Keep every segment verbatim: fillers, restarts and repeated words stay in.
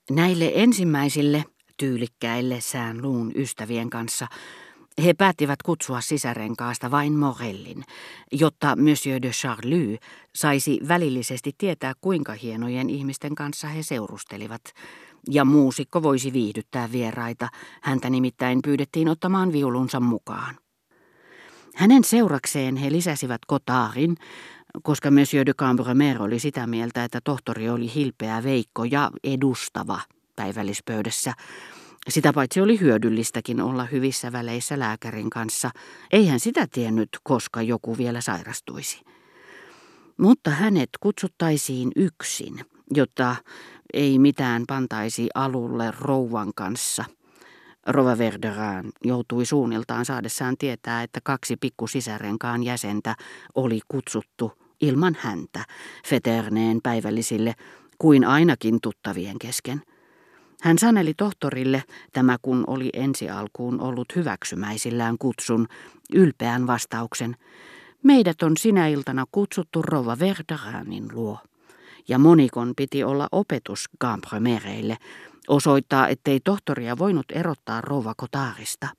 Näille ensimmäisille tyylikkäille Saint-Loun ystävien kanssa he päättivät kutsua sisärenkaasta vain Morellin, jotta Monsieur de Charlus saisi välillisesti tietää, kuinka hienojen ihmisten kanssa he seurustelivat, ja muusikko voisi viihdyttää vieraita, häntä nimittäin pyydettiin ottamaan viulunsa mukaan. Hänen seurakseen he lisäsivät Cottardin, koska Monsieur de Cambremer oli sitä mieltä, että tohtori oli hilpeä veikko ja edustava päivällispöydässä. Sitä paitsi oli hyödyllistäkin olla hyvissä väleissä lääkärin kanssa. Eihän sitä tiennyt, koska joku vielä sairastuisi. Mutta hänet kutsuttaisiin yksin, jotta ei mitään pantaisi alulle rouvan kanssa. Rova Verdurin joutui suunniltaan saadessaan tietää, että kaksi pikkusisärenkaan jäsentä oli kutsuttu ilman häntä Feterneen päivällisille kuin ainakin tuttavien kesken. Hän saneli tohtorille, tämä kun oli ensi alkuun ollut hyväksymäisillään kutsun, ylpeän vastauksen: meidät on sinä iltana kutsuttu Rova Verdurinin luo. Ja monikon piti olla opetus Cambremereille, osoittaa, ettei tohtoria voinut erottaa rouva Cottardista.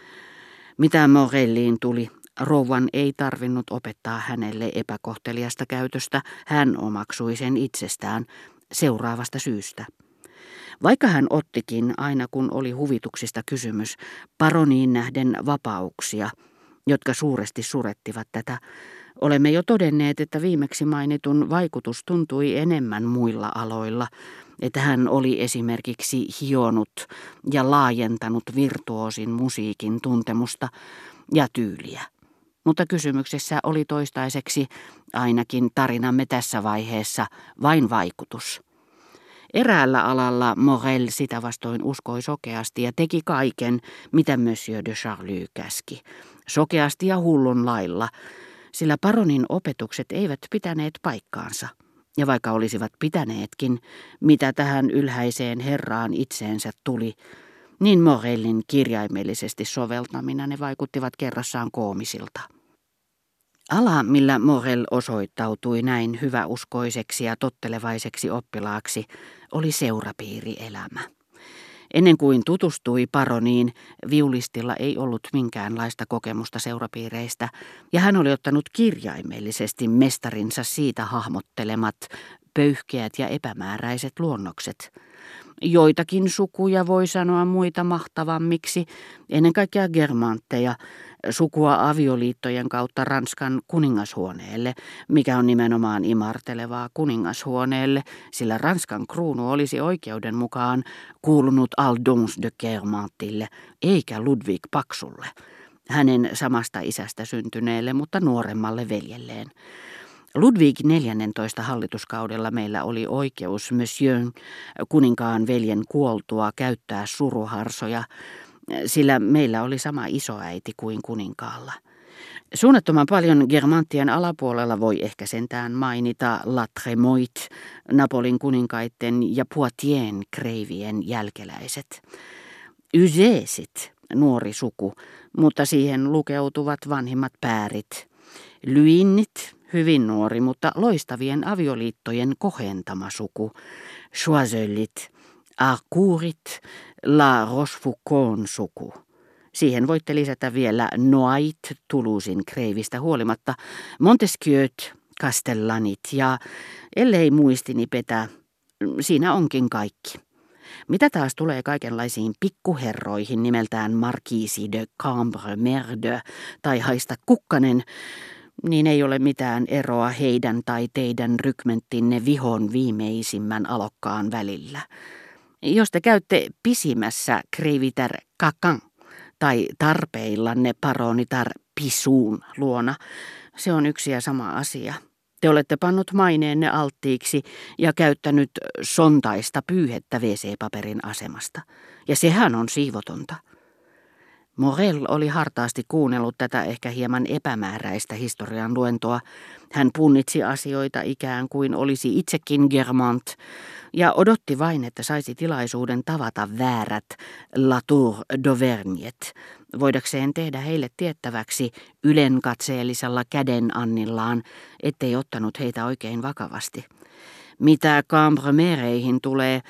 Mitä Morelliin tuli, rouvan ei tarvinnut opettaa hänelle epäkohteliasta käytöstä, hän omaksui sen itsestään seuraavasta syystä. Vaikka hän ottikin, aina kun oli huvituksista kysymys, paroniin nähden vapauksia, jotka suuresti surettivat tätä, olemme jo todenneet, että viimeksi mainitun vaikutus tuntui enemmän muilla aloilla, että hän oli esimerkiksi hionut ja laajentanut virtuoosin musiikin tuntemusta ja tyyliä. Mutta kysymyksessä oli toistaiseksi, ainakin tarinamme tässä vaiheessa, vain vaikutus. Eräällä alalla Morel sitä vastoin uskoi sokeasti ja teki kaiken, mitä Monsieur de Charlus käski. Sokeasti ja hullun lailla, sillä paronin opetukset eivät pitäneet paikkaansa. Ja vaikka olisivat pitäneetkin, mitä tähän ylhäiseen herraan itseensä tuli, niin Morellin kirjaimellisesti soveltamina ne vaikuttivat kerrassaan koomisilta. Ala, millä Morel osoittautui näin hyväuskoiseksi ja tottelevaiseksi oppilaaksi, oli seurapiirielämä. Ennen kuin tutustui paroniin, viulistilla ei ollut minkäänlaista kokemusta seurapiireistä, ja hän oli ottanut kirjaimellisesti mestarinsa siitä hahmottelemat pöyhkeät ja epämääräiset luonnokset. Joitakin sukuja voi sanoa muita mahtavammiksi, ennen kaikkea germantteja, sukua avioliittojen kautta Ranskan kuningashuoneelle, mikä on nimenomaan imartelevaa kuningashuoneelle, sillä Ranskan kruunu olisi oikeuden mukaan kuulunut Aldonse de Germantille, eikä Ludwig Paksulle, hänen samasta isästä syntyneelle, mutta nuoremmalle veljelleen. Ludwig neljännentoista hallituskaudella meillä oli oikeus Monsieur kuninkaan veljen kuoltua käyttää suruharsoja, sillä meillä oli sama isoäiti kuin kuninkaalla. Suunnattoman paljon Germanttien alapuolella voi ehkä sentään mainita La Tremoille, Napolin kuninkaitten ja Poitien kreivien jälkeläiset. Uzésit, nuori suku, mutta siihen lukeutuvat vanhimmat päärit. Luynnit, hyvin nuori, mutta loistavien avioliittojen kohentama suku. Choiseulit, Harcourit, La Rochefoucault'n suku. Siihen voitte lisätä vielä Noait Toulousin kreivistä huolimatta, Montesquieut, Castellanit ja, ellei muistini petä, siinä onkin kaikki. Mitä taas tulee kaikenlaisiin pikkuherroihin nimeltään Marquise de Cambremer tai haista kukkanen, niin ei ole mitään eroa heidän tai teidän rykmenttinne vihon viimeisimmän alokkaan välillä. Jos te käytte pisimmässä kreivitär kakan tai tarpeillanne paronitar pisuun luona, se on yksi ja sama asia. Te olette pannut maineenne alttiiksi ja käyttänyt sontaista pyyhettä wee see-paperin asemasta. Ja sehän on siivotonta. Morel oli hartaasti kuunnellut tätä ehkä hieman epämääräistä historian luentoa. Hän punnitsi asioita ikään kuin olisi itsekin Germant ja odotti vain, että saisi tilaisuuden tavata väärät Latour d'Auvergnet, voidakseen tehdä heille tiettäväksi ylenkatseellisella kädenannillaan, ettei ottanut heitä oikein vakavasti. Mitä Cambremereihin tulee,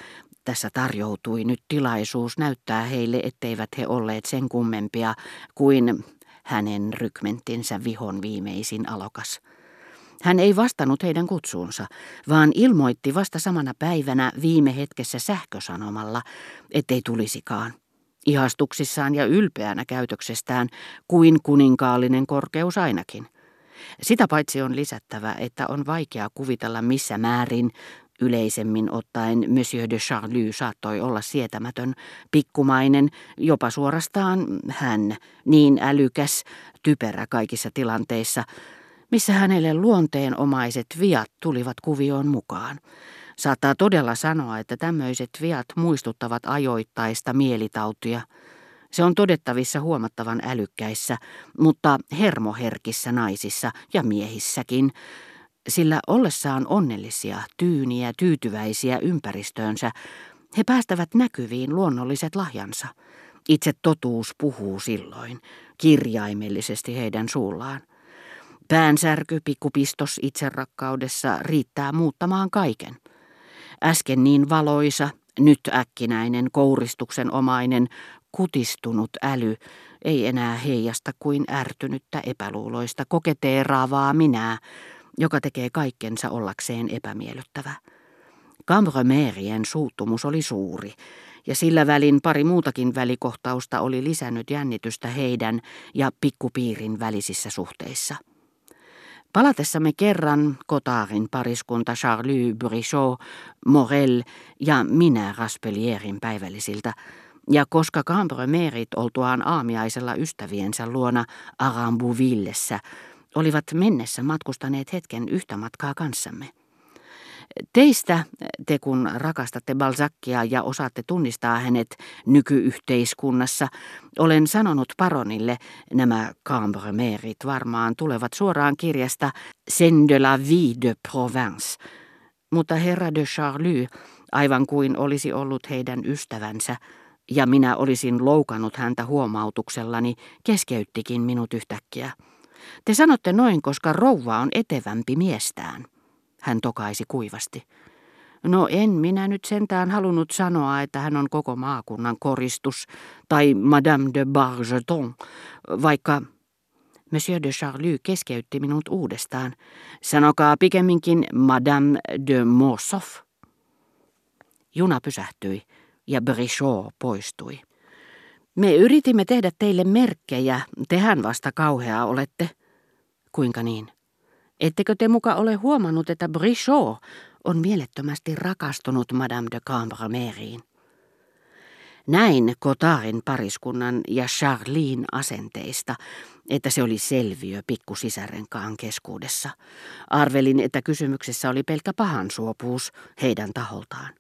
Tässä tarjoutui nyt tilaisuus näyttää heille, etteivät he olleet sen kummempia kuin hänen rykmenttinsä vihon viimeisin alokas. Hän ei vastannut heidän kutsuunsa, vaan ilmoitti vasta samana päivänä viime hetkessä sähkösanomalla, ettei tulisikaan. Ihastuksissaan ja ylpeänä käytöksestään kuin kuninkaallinen korkeus ainakin. Sitä paitsi on lisättävä, että on vaikea kuvitella missä määrin yleisemmin ottaen Monsieur de Charlus saattoi olla sietämätön, pikkumainen, jopa suorastaan hän, niin älykäs, typerä kaikissa tilanteissa, missä hänelle luonteenomaiset viat tulivat kuvioon mukaan. Saattaa todella sanoa, että tämmöiset viat muistuttavat ajoittaista mielitautia. Se on todettavissa huomattavan älykkäissä, mutta hermoherkissä naisissa ja miehissäkin, sillä ollessaan onnellisia, tyyniä, tyytyväisiä ympäristöönsä, he päästävät näkyviin luonnolliset lahjansa. Itse totuus puhuu silloin, kirjaimellisesti heidän suullaan. Päänsärky, pikkupistos itserakkaudessa riittää muuttamaan kaiken. Äsken niin valoisa, nyt äkkinäinen, kouristuksenomainen, kutistunut äly ei enää heijasta kuin ärtynyttä epäluuloista, koketeeraavaa minää, joka tekee kaikkensa ollakseen epämiellyttävä. Cambremerien suuttumus oli suuri, ja sillä välin pari muutakin välikohtausta oli lisännyt jännitystä heidän ja pikkupiirin välisissä suhteissa. Palatessamme kerran Cottardin pariskunta Charlus, Brichot, Morel ja minä Raspelierin päivällisiltä, ja koska Cambremerit oltuaan aamiaisella ystäviensä luona Arambouvillessä olivat mennessä matkustaneet hetken yhtä matkaa kanssamme. Teistä, te kun rakastatte Balzacia ja osaatte tunnistaa hänet nykyyhteiskunnassa, olen sanonut baronille, nämä Cambremerit varmaan tulevat suoraan kirjasta Scènes de la vie de province, mutta herra de Charlus, aivan kuin olisi ollut heidän ystävänsä, ja minä olisin loukannut häntä huomautuksellani, keskeyttikin minut yhtäkkiä. Te sanotte noin, koska rouva on etevämpi miestään. Hän tokaisi kuivasti. No en minä nyt sentään halunnut sanoa, että hän on koko maakunnan koristus, tai Madame de Bargeton, vaikka Monsieur de Charlus keskeytti minut uudestaan. Sanokaa pikemminkin Madame de Mortsauf. Juna pysähtyi ja Brichot poistui. Me yritimme tehdä teille merkkejä, tehän vasta kauhea olette. Kuinka niin? Ettekö te muka ole huomannut, että Brichot on mielettömästi rakastunut Madame de Cambremeriin? Näin Cottardin pariskunnan ja Charlin asenteista, että se oli selviö pikkusisärenkaan keskuudessa. Arvelin, että kysymyksessä oli pelkkä pahansuopuus heidän taholtaan.